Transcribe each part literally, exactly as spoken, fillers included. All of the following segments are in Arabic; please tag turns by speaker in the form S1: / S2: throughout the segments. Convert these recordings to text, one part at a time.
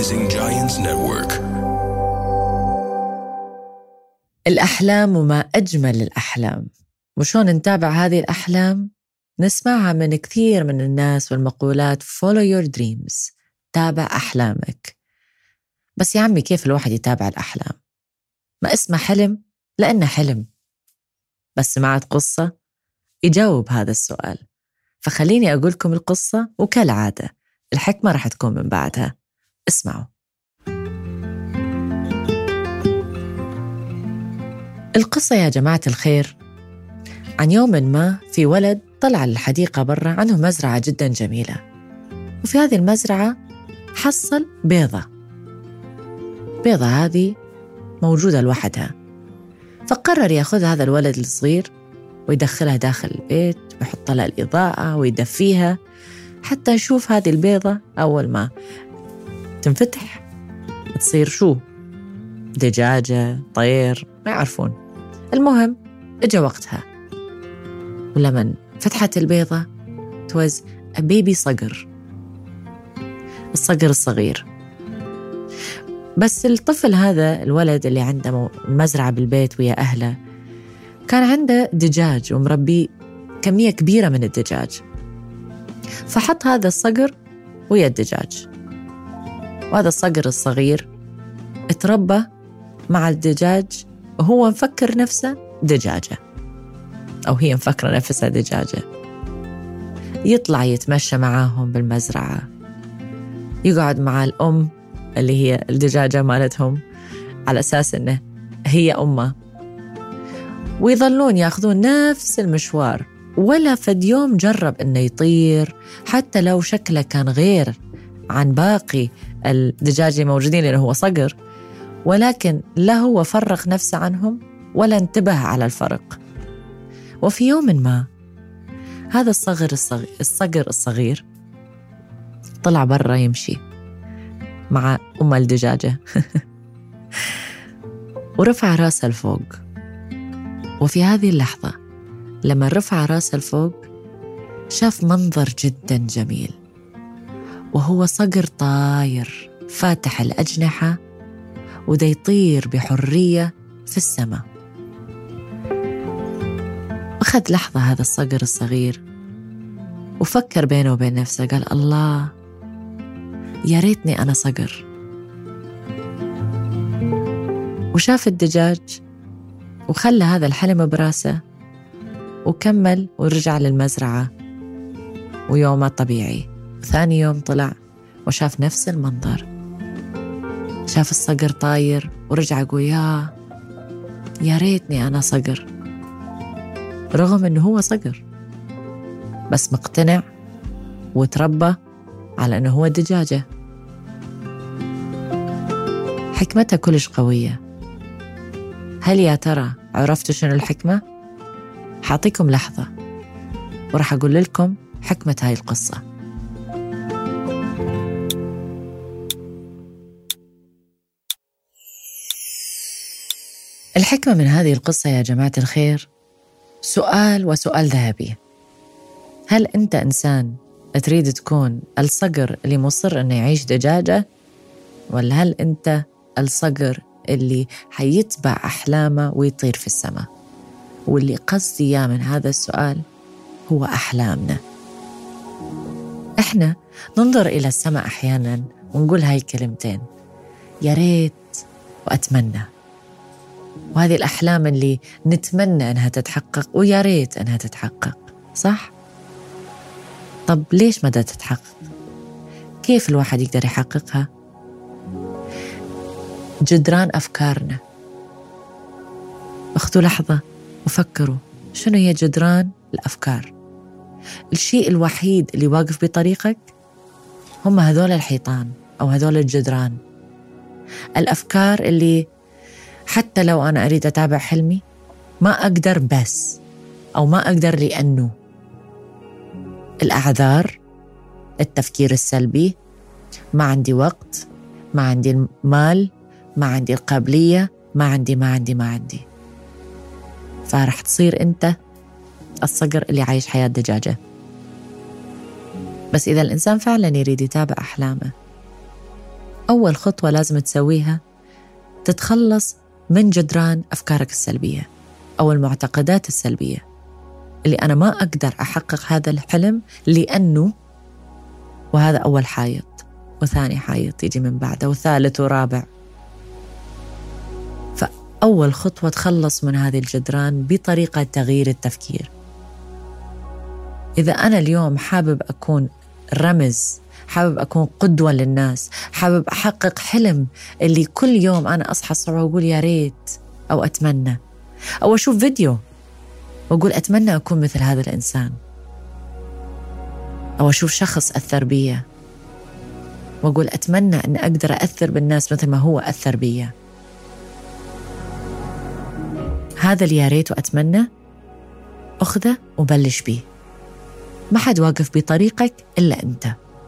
S1: Rising Giants Network.
S2: الأحلام وما أجمل الأحلام، وشون نتابع هذه الأحلام؟ نسمعها من كثير من الناس والمقولات follow your dreams، تابع أحلامك. بس يا عمي كيف الواحد يتابع الأحلام؟ ما اسمه حلم لأنه حلم. بس سمعت قصة يجاوب هذا السؤال، فخليني أقولكم القصة، وكالعادة الحكمة رح تكون من بعدها. اسمعوا. القصة يا جماعة الخير عن يوم ما في ولد طلع للحديقة برا، عنده مزرعة جدا جميلة، وفي هذه المزرعة حصل بيضة. بيضة هذه موجودة لوحدها، فقرر ياخذ هذا الولد الصغير ويدخلها داخل البيت ويحط لها الإضاءة ويدفيها حتى يشوف هذه البيضة. أول ما تنفتح تصير شو؟ دجاجة، طير، ما يعرفون. المهم اجا وقتها، ولمن فتحت البيضة توز بيبي صقر، الصقر الصغير. بس الطفل هذا الولد اللي عنده مزرعة بالبيت ويا أهله كان عنده دجاج ومربي كمية كبيرة من الدجاج، فحط هذا الصقر ويا الدجاج، وهذا الصقر الصغير اتربى مع الدجاج وهو مفكر نفسه دجاجة، أو هي مفكرة نفسها دجاجة. يطلع يتمشى معاهم بالمزرعة، يقعد مع الأم اللي هي الدجاجة مالتهم على أساس أنه هي أمه، ويظلون يأخذون نفس المشوار. ولا فد يوم جرب أنه يطير، حتى لو شكله كان غير عن باقي الدجاج الموجودين لأنه هو صقر، ولكن لا هو فرق نفسه عنهم ولا انتبه على الفرق. وفي يوم ما هذا الصغر الصغير, الصقر الصغير طلع برا يمشي مع أم الدجاجة ورفع راسه الفوق. وفي هذه اللحظة لما رفع راسه الفوق شاف منظر جدا جميل، وهو صقر طاير فاتح الأجنحة وده يطير بحرية في السماء. أخذ لحظة هذا الصقر الصغير وفكر بينه وبين نفسه، قال الله يا ريتني أنا صقر. وشاف الدجاج وخلى هذا الحلم براسه وكمل ورجع للمزرعة ويومه طبيعي. ثاني يوم طلع وشاف نفس المنظر، شاف الصقر طاير ورجع يقول يا يا ريتني أنا صقر، رغم أنه هو صقر بس مقتنع وتربى على أنه هو دجاجة. حكمتها كلش قوية. هل يا ترى عرفتوا شنو الحكمة؟ حاعطيكم لحظة ورح أقول لكم حكمة هاي القصة. الحكمة من هذه القصة يا جماعة الخير سؤال، وسؤال ذهبي. هل أنت إنسان تريد تكون الصقر اللي مصر أنه يعيش دجاجة، ولا هل أنت الصقر اللي حيتبع أحلامه ويطير في السماء؟ واللي قصدي من هذا السؤال هو أحلامنا. إحنا ننظر إلى السماء أحياناً ونقول هاي كلمتين، يا ريت وأتمنى، وهذه الأحلام اللي نتمنى أنها تتحقق ويا ريت أنها تتحقق، صح؟ طب ليش ما دا تتحقق؟ كيف الواحد يقدر يحققها؟ جدران أفكارنا. أخذوا لحظة وفكروا شنو هي جدران الأفكار. الشيء الوحيد اللي واقف بطريقك هم هذول الحيطان أو هذول الجدران. الأفكار اللي حتى لو أنا أريد أتابع حلمي ما أقدر، بس أو ما أقدر لأنه الأعذار، التفكير السلبي، ما عندي وقت، ما عندي المال، ما عندي القابلية، ما عندي ما عندي ما عندي فرح تصير أنت الصقر اللي عايش حياة دجاجة. بس إذا الإنسان فعلا يريد يتابع أحلامه، أول خطوة لازم تسويها تتخلص من جدران أفكارك السلبية أو المعتقدات السلبية اللي أنا ما أقدر أحقق هذا الحلم لأنه، وهذا أول حايط، وثاني حايط يجي من بعده، وثالث ورابع. فأول خطوة تخلص من هذه الجدران بطريقة تغيير التفكير. إذا أنا اليوم حابب أكون رمز، حابب أكون قدوة للناس، حابب أحقق حلم اللي كل يوم أنا أصحى الصبح وأقول يا ريت، أو أتمنى، أو أشوف فيديو وأقول أتمنى أكون مثل هذا الإنسان، أو أشوف شخص أثر بي وأقول أتمنى أن أقدر أثر بالناس مثل ما هو أثر بي. هذا اللي يا ريت وأتمنى أخذه وبلش بيه. ما حد واقف بطريقك إلا أنت.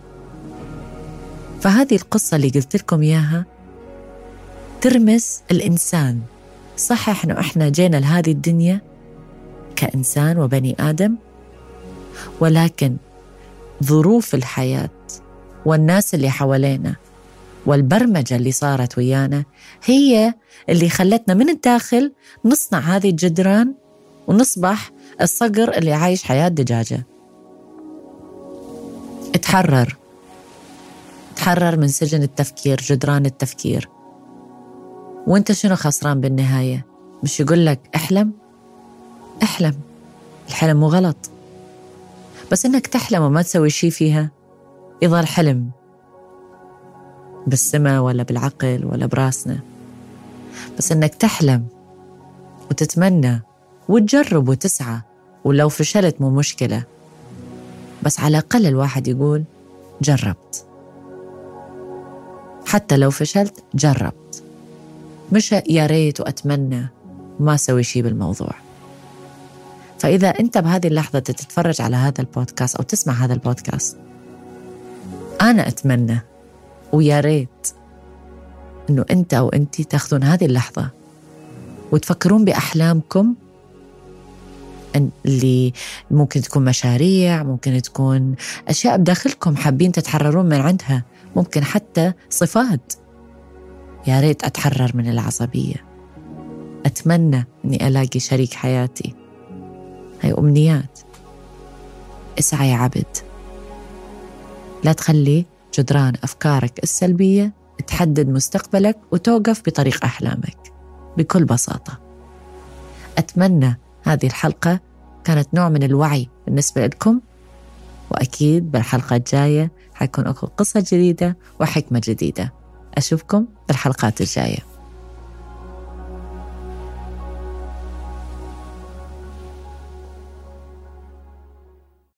S2: فهذه القصة اللي قلت لكم إياها ترمز الإنسان. صح إحنا إحنا جينا لهذه الدنيا كإنسان وبني آدم، ولكن ظروف الحياة والناس اللي حوالينا والبرمجة اللي صارت ويانا هي اللي خلتنا من الداخل نصنع هذه الجدران ونصبح الصقر اللي عايش حياة دجاجة. اتحرر تحرر من سجن التفكير، جدران التفكير. وانت شنو خسران بالنهاية؟ مش يقول لك احلم؟ احلم، الحلم مو غلط، بس انك تحلم وما تسوي شي فيها يظل حلم بالسما ولا بالعقل ولا براسنا. بس انك تحلم وتتمنى وتجرب وتسعى، ولو فشلت مو مشكلة، بس على الأقل الواحد يقول جربت. حتى لو فشلت جربت، مش يا ريت وأتمنى ما أسوي شيء بالموضوع. فإذا أنت بهذه اللحظة تتفرج على هذا البودكاست أو تسمع هذا البودكاست، أنا أتمنى ويا ريت أنه أنت أو أنت تأخذون هذه اللحظة وتفكرون بأحلامكم اللي ممكن تكون مشاريع، ممكن تكون أشياء بداخلكم حابين تتحررون من عندها، ممكن حتى صفات. يا ريت أتحرر من العصبية، أتمنى أني ألاقي شريك حياتي. هاي أمنيات. اسعى يا عبد، لا تخلي جدران أفكارك السلبية تحدد مستقبلك وتوقف بطريق أحلامك. بكل بساطة أتمنى هذه الحلقة كانت نوع من الوعي بالنسبة لكم، وأكيد بالحلقة الجاية حيكون أكو قصة جديدة وحكمة جديدة. أشوفكم بالحلقات الجاية.